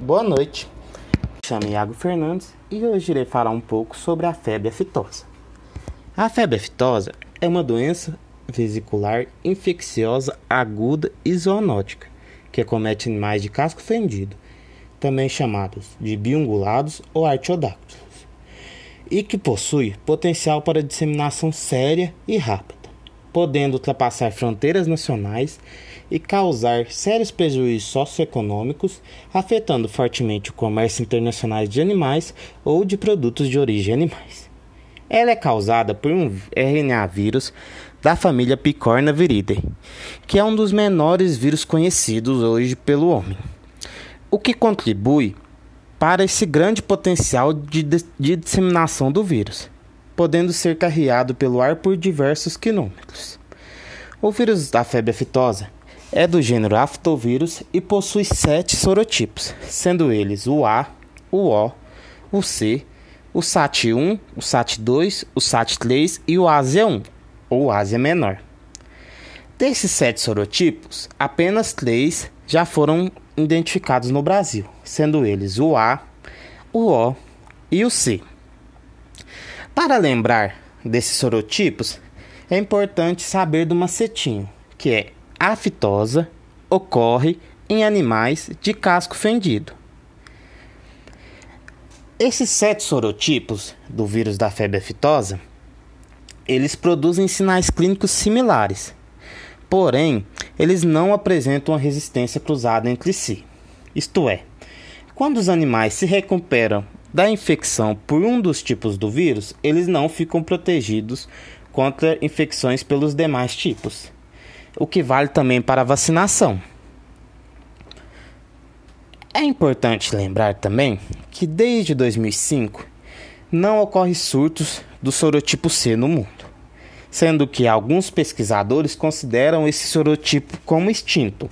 Boa noite, me chamo Iago Fernandes e hoje irei falar um pouco sobre a febre aftosa. A febre aftosa é uma doença vesicular infecciosa aguda e zoonótica que acomete animais de casco fendido, também chamados de biungulados ou artiodáctilos, e que possui potencial para disseminação séria e rápida, podendo ultrapassar fronteiras nacionais e causar sérios prejuízos socioeconômicos, afetando fortemente o comércio internacional de animais ou de produtos de origem animais. Ela é causada por um RNA vírus da família Picornaviridae, que é um dos menores vírus conhecidos hoje pelo homem, o que contribui para esse grande potencial de disseminação do vírus, podendo ser carreado pelo ar por diversos quilômetros. O vírus da febre aftosa é do gênero Aftovírus e possui 7 sorotipos, sendo eles o A, o O, o C, o SAT1, o SAT2, o SAT3 e o Ásia1, ou Ásia Menor. Desses 7 sorotipos, apenas 3 já foram identificados no Brasil, sendo eles o A, o O e o C. Para lembrar desses sorotipos, é importante saber do macetinho, que é a aftosa ocorre em animais de casco fendido. Esses 7 sorotipos do vírus da febre aftosa, eles produzem sinais clínicos similares, porém, eles não apresentam uma resistência cruzada entre si. Isto é, quando os animais se recuperam da infecção por um dos tipos do vírus, eles não ficam protegidos contra infecções pelos demais tipos, o que vale também para a vacinação. É importante lembrar também que desde 2005 não ocorrem surtos do sorotipo C no mundo, sendo que alguns pesquisadores consideram esse sorotipo como extinto.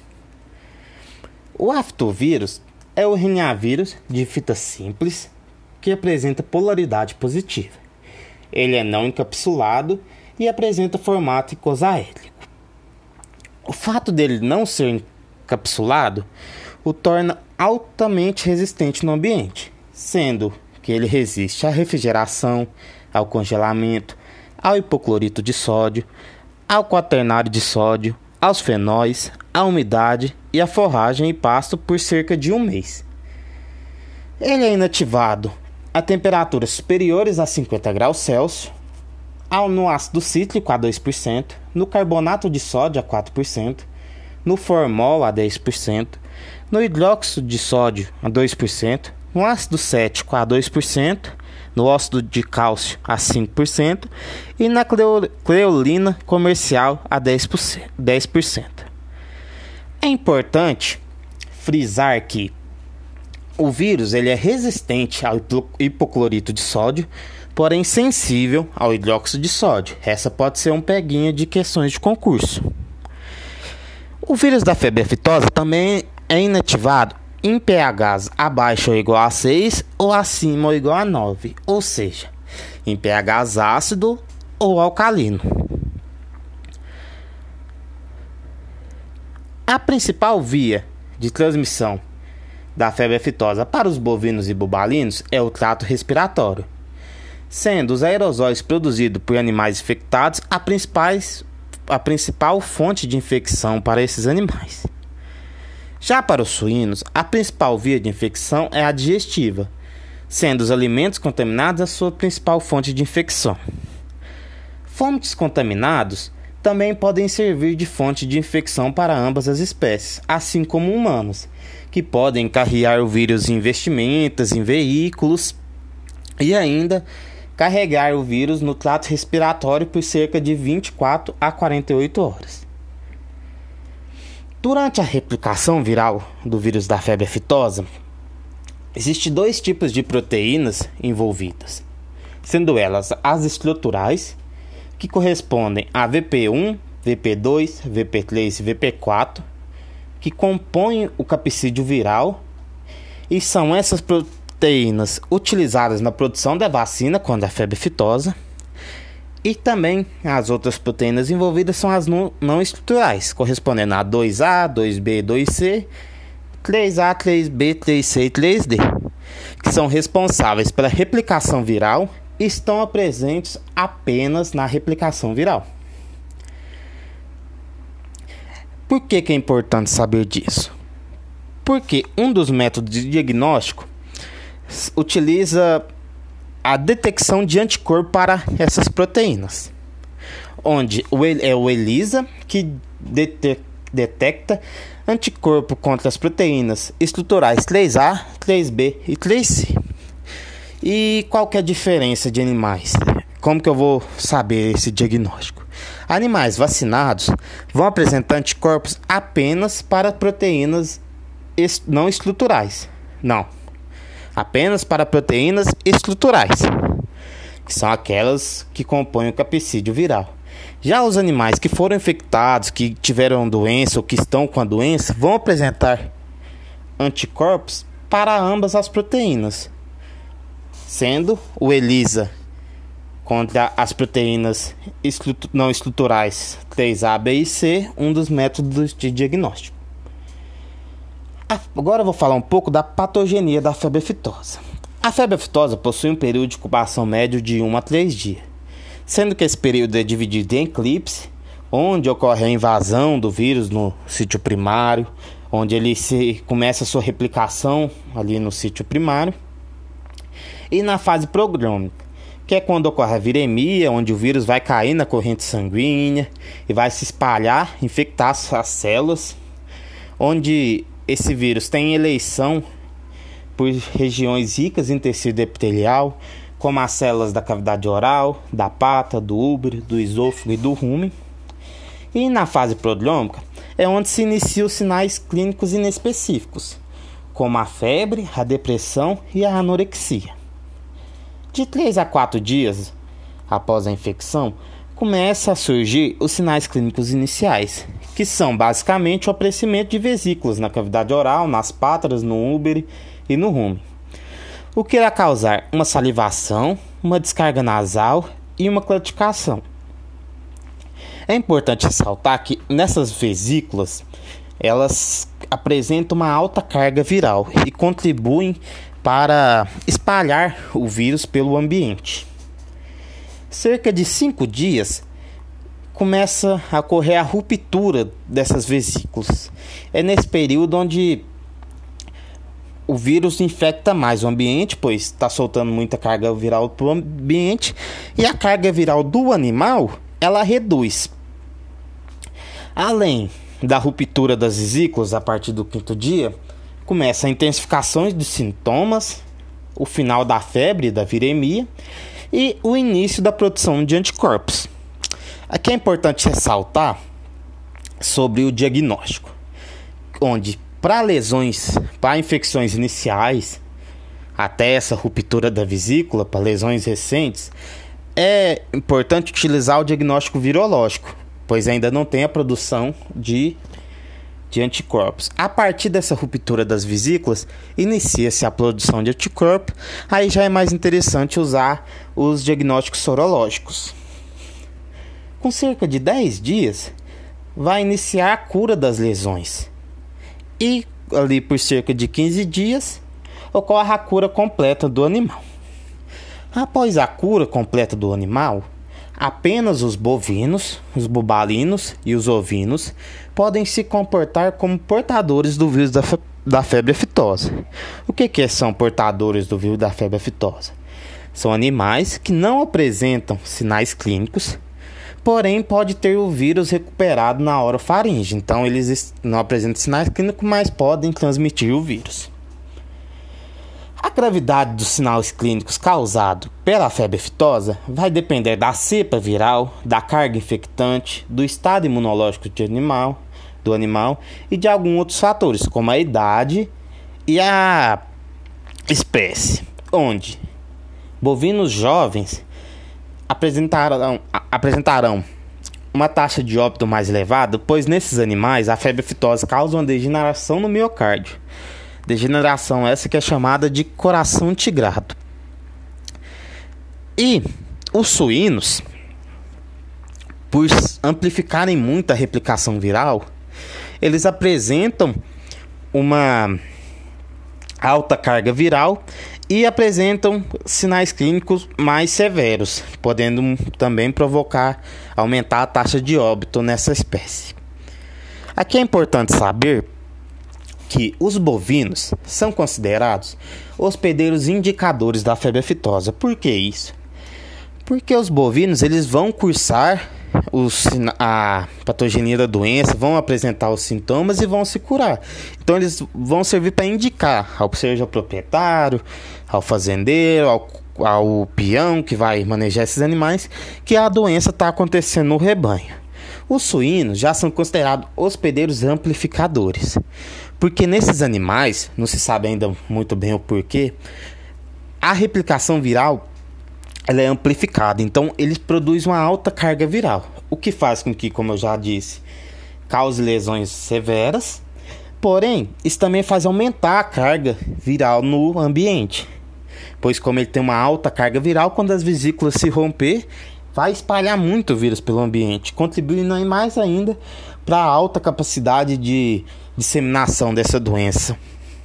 O aftovírus é o RNA vírus de fita simples que apresenta polaridade positiva. Ele é não encapsulado e apresenta formato icosaédrico. O fato dele não ser encapsulado o torna altamente resistente no ambiente, sendo que ele resiste à refrigeração, ao congelamento, ao hipoclorito de sódio, ao quaternário de sódio, aos fenóis, à umidade e à forragem e pasto por cerca de um mês. Ele é inativado a temperaturas superiores a 50 graus Celsius, no ácido cítrico a 2%, no carbonato de sódio a 4%, no formol a 10%, no hidróxido de sódio a 2%, no ácido cético a 2%, no óxido de cálcio a 5% e na creolina comercial a 10%. É importante frisar que o vírus ele é resistente ao hipoclorito de sódio, porém sensível ao hidróxido de sódio. Essa pode ser um peguinha de questões de concurso. O vírus da febre aftosa também é inativado em pHs abaixo ou igual a 6 ou acima ou igual a 9, ou seja, em pHs ácido ou alcalino. A principal via de transmissão da febre aftosa para os bovinos e bubalinos é o trato respiratório, sendo os aerosóis produzidos por animais infectados a principal fonte de infecção para esses animais. Já para os suínos, a principal via de infecção é a digestiva, sendo os alimentos contaminados a sua principal fonte de infecção. Fontes contaminados também podem servir de fonte de infecção para ambas as espécies, assim como humanos, que podem carregar o vírus em vestimentas, em veículos e ainda carregar o vírus no trato respiratório por cerca de 24 a 48 horas. Durante a replicação viral do vírus da febre aftosa, existem 2 tipos de proteínas envolvidas, sendo elas as estruturais, que correspondem a VP1, VP2, VP3 e VP4, que compõem o capsídeo viral, e são essas proteínas utilizadas na produção da vacina contra a febre aftosa. E também as outras proteínas envolvidas são as não estruturais, correspondendo a 2A, 2B, 2C, 3A, 3B, 3C e 3D, que são responsáveis pela replicação viral e estão presentes apenas na replicação viral. Por que é importante saber disso? Porque um dos métodos de diagnóstico utiliza a detecção de anticorpo para essas proteínas, onde é o ELISA que detecta anticorpo contra as proteínas estruturais 3A, 3B e 3C. E qual que é a diferença de animais? Como que eu vou saber esse diagnóstico? Animais vacinados vão apresentar anticorpos apenas para proteínas não estruturais. Não, apenas para proteínas estruturais, que são aquelas que compõem o capsídeo viral. Já os animais que foram infectados, que tiveram doença ou que estão com a doença, vão apresentar anticorpos para ambas as proteínas, sendo o ELISA contra as proteínas não estruturais 3A, B e C um dos métodos de diagnóstico. Agora eu vou falar um pouco da patogenia da febre aftosa. A febre aftosa possui um período de incubação médio de 1 a 3 dias, sendo que esse período é dividido em eclipse, onde ocorre a invasão do vírus no sítio primário, onde ele começa a sua replicação ali no sítio primário, e na fase prodrômica, que é quando ocorre a viremia, onde o vírus vai cair na corrente sanguínea e vai se espalhar, infectar as células, onde esse vírus tem eleição por regiões ricas em tecido epitelial, como as células da cavidade oral, da pata, do úbero, do esôfago e do rumen. E na fase prodrômica é onde se iniciam os sinais clínicos inespecíficos, como a febre, a depressão e a anorexia. De 3 a 4 dias após a infecção, começa a surgir os sinais clínicos iniciais, que são basicamente o aparecimento de vesículas na cavidade oral, nas pátaras, no úbere e no rumen, o que irá causar uma salivação, uma descarga nasal e uma claudicação. É importante ressaltar que nessas vesículas elas apresentam uma alta carga viral e contribuem para espalhar o vírus pelo ambiente. Cerca de 5 dias começa a ocorrer a ruptura dessas vesículas. É nesse período onde o vírus infecta mais o ambiente, pois está soltando muita carga viral para o ambiente, e a carga viral do animal ela reduz. Além da ruptura das vesículas a partir do 5º dia, começa a intensificação dos sintomas, o final da febre, da viremia e o início da produção de anticorpos. Aqui é importante ressaltar sobre o diagnóstico, onde para lesões, para infecções iniciais, até essa ruptura da vesícula, para lesões recentes, é importante utilizar o diagnóstico virológico, pois ainda não tem a produção de anticorpos. A partir dessa ruptura das vesículas, inicia-se a produção de anticorpo. Aí já é mais interessante usar os diagnósticos sorológicos. Com cerca de 10 dias, vai iniciar a cura das lesões. E ali por cerca de 15 dias, ocorre a cura completa do animal. Após a cura completa do animal, apenas os bovinos, os bubalinos e os ovinos podem se comportar como portadores do vírus da febre aftosa. O que são portadores do vírus da febre aftosa? São animais que não apresentam sinais clínicos, porém pode ter o vírus recuperado na orofaringe. Então eles não apresentam sinais clínicos, mas podem transmitir o vírus. A gravidade dos sinais clínicos causados pela febre aftosa vai depender da cepa viral, da carga infectante, do estado imunológico do animal e de alguns outros fatores, como a idade e a espécie, onde bovinos jovens apresentarão uma taxa de óbito mais elevada, pois nesses animais a febre aftosa causa uma degeneração no miocárdio. Degeneração essa que é chamada de coração tigrado. E os suínos, por amplificarem muito a replicação viral, eles apresentam uma alta carga viral e apresentam sinais clínicos mais severos, podendo também aumentar a taxa de óbito nessa espécie. Aqui é importante saber que os bovinos são considerados hospedeiros indicadores da febre aftosa. Por que isso? Porque os bovinos eles vão cursar a patogenia da doença, vão apresentar os sintomas e vão se curar. Então eles vão servir para indicar seja ao proprietário, ao fazendeiro, ao peão que vai manejar esses animais, que a doença está acontecendo no rebanho. Os suínos já são considerados hospedeiros amplificadores, porque nesses animais, não se sabe ainda muito bem o porquê, a replicação viral ela é amplificada, então eles produzem uma alta carga viral, o que faz com que, como eu já disse, cause lesões severas, porém, isso também faz aumentar a carga viral no ambiente, pois como ele tem uma alta carga viral, quando as vesículas se romper, vai espalhar muito o vírus pelo ambiente, contribuindo mais ainda para a alta capacidade de disseminação dessa doença.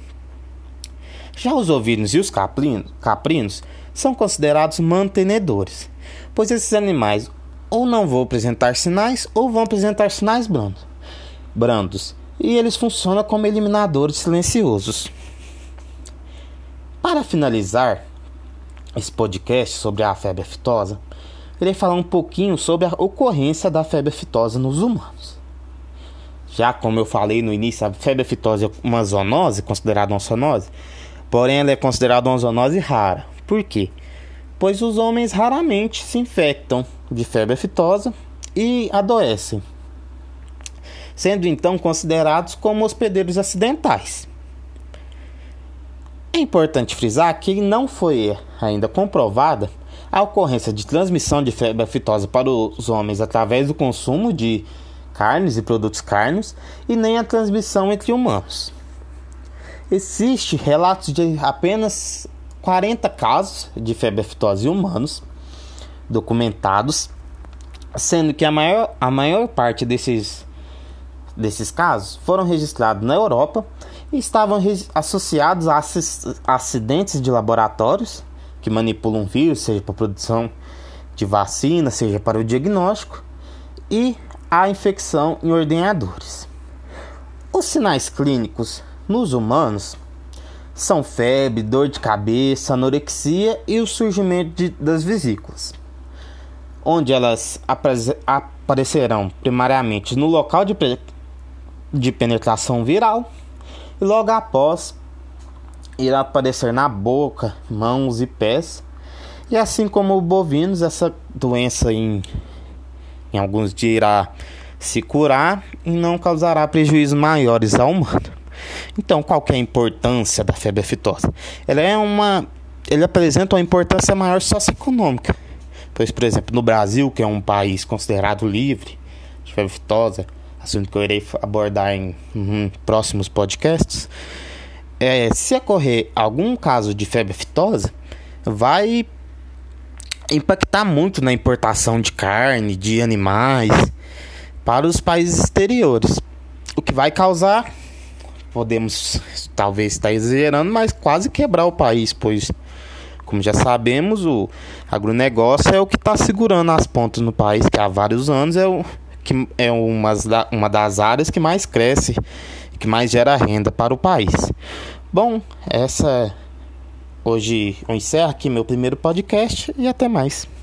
Já os ovinos e os caprinos são considerados mantenedores, pois esses animais ou não vão apresentar sinais ou vão apresentar sinais brandos, e eles funcionam como eliminadores silenciosos. Para finalizar esse podcast sobre a febre aftosa, irei falar um pouquinho sobre a ocorrência da febre aftosa nos humanos. Já como eu falei no início, a febre aftosa é uma zoonose, considerada uma zoonose, porém ela é considerada uma zoonose rara. Por quê? Pois os homens raramente se infectam de febre aftosa e adoecem, sendo então considerados como hospedeiros acidentais. É importante frisar que não foi ainda comprovada a ocorrência de transmissão de febre aftosa para os homens através do consumo de carnes e produtos cárneos e nem a transmissão entre humanos. Existem relatos de apenas 40 casos de febre aftosa em humanos documentados, sendo que a maior parte desses casos foram registrados na Europa e estavam associados a acidentes de laboratórios que manipulam vírus, seja para a produção de vacina, seja para o diagnóstico, e a infecção em ordenhadores. Os sinais clínicos nos humanos são febre, dor de cabeça, anorexia e o surgimento das vesículas, onde elas aparecerão primariamente no local de penetração viral e logo após irá aparecer na boca, mãos e pés. E assim como os bovinos, essa doença em alguns dias irá se curar e não causará prejuízos maiores ao humano. Então, qual que é a importância da febre aftosa? Ele apresenta uma importância maior socioeconômica, pois, por exemplo, no Brasil, que é um país considerado livre de febre aftosa, assunto que eu irei abordar em próximos podcasts, se ocorrer algum caso de febre aftosa, vai impactar muito na importação de carne, de animais para os países exteriores, o que vai causar, podemos talvez estar exagerando, mas quase quebrar o país, pois, como já sabemos, o agronegócio é o que está segurando as pontas no país, que há vários anos é uma das áreas que mais cresce, que mais gera renda para o país. Bom, hoje eu encerro aqui meu primeiro podcast e até mais.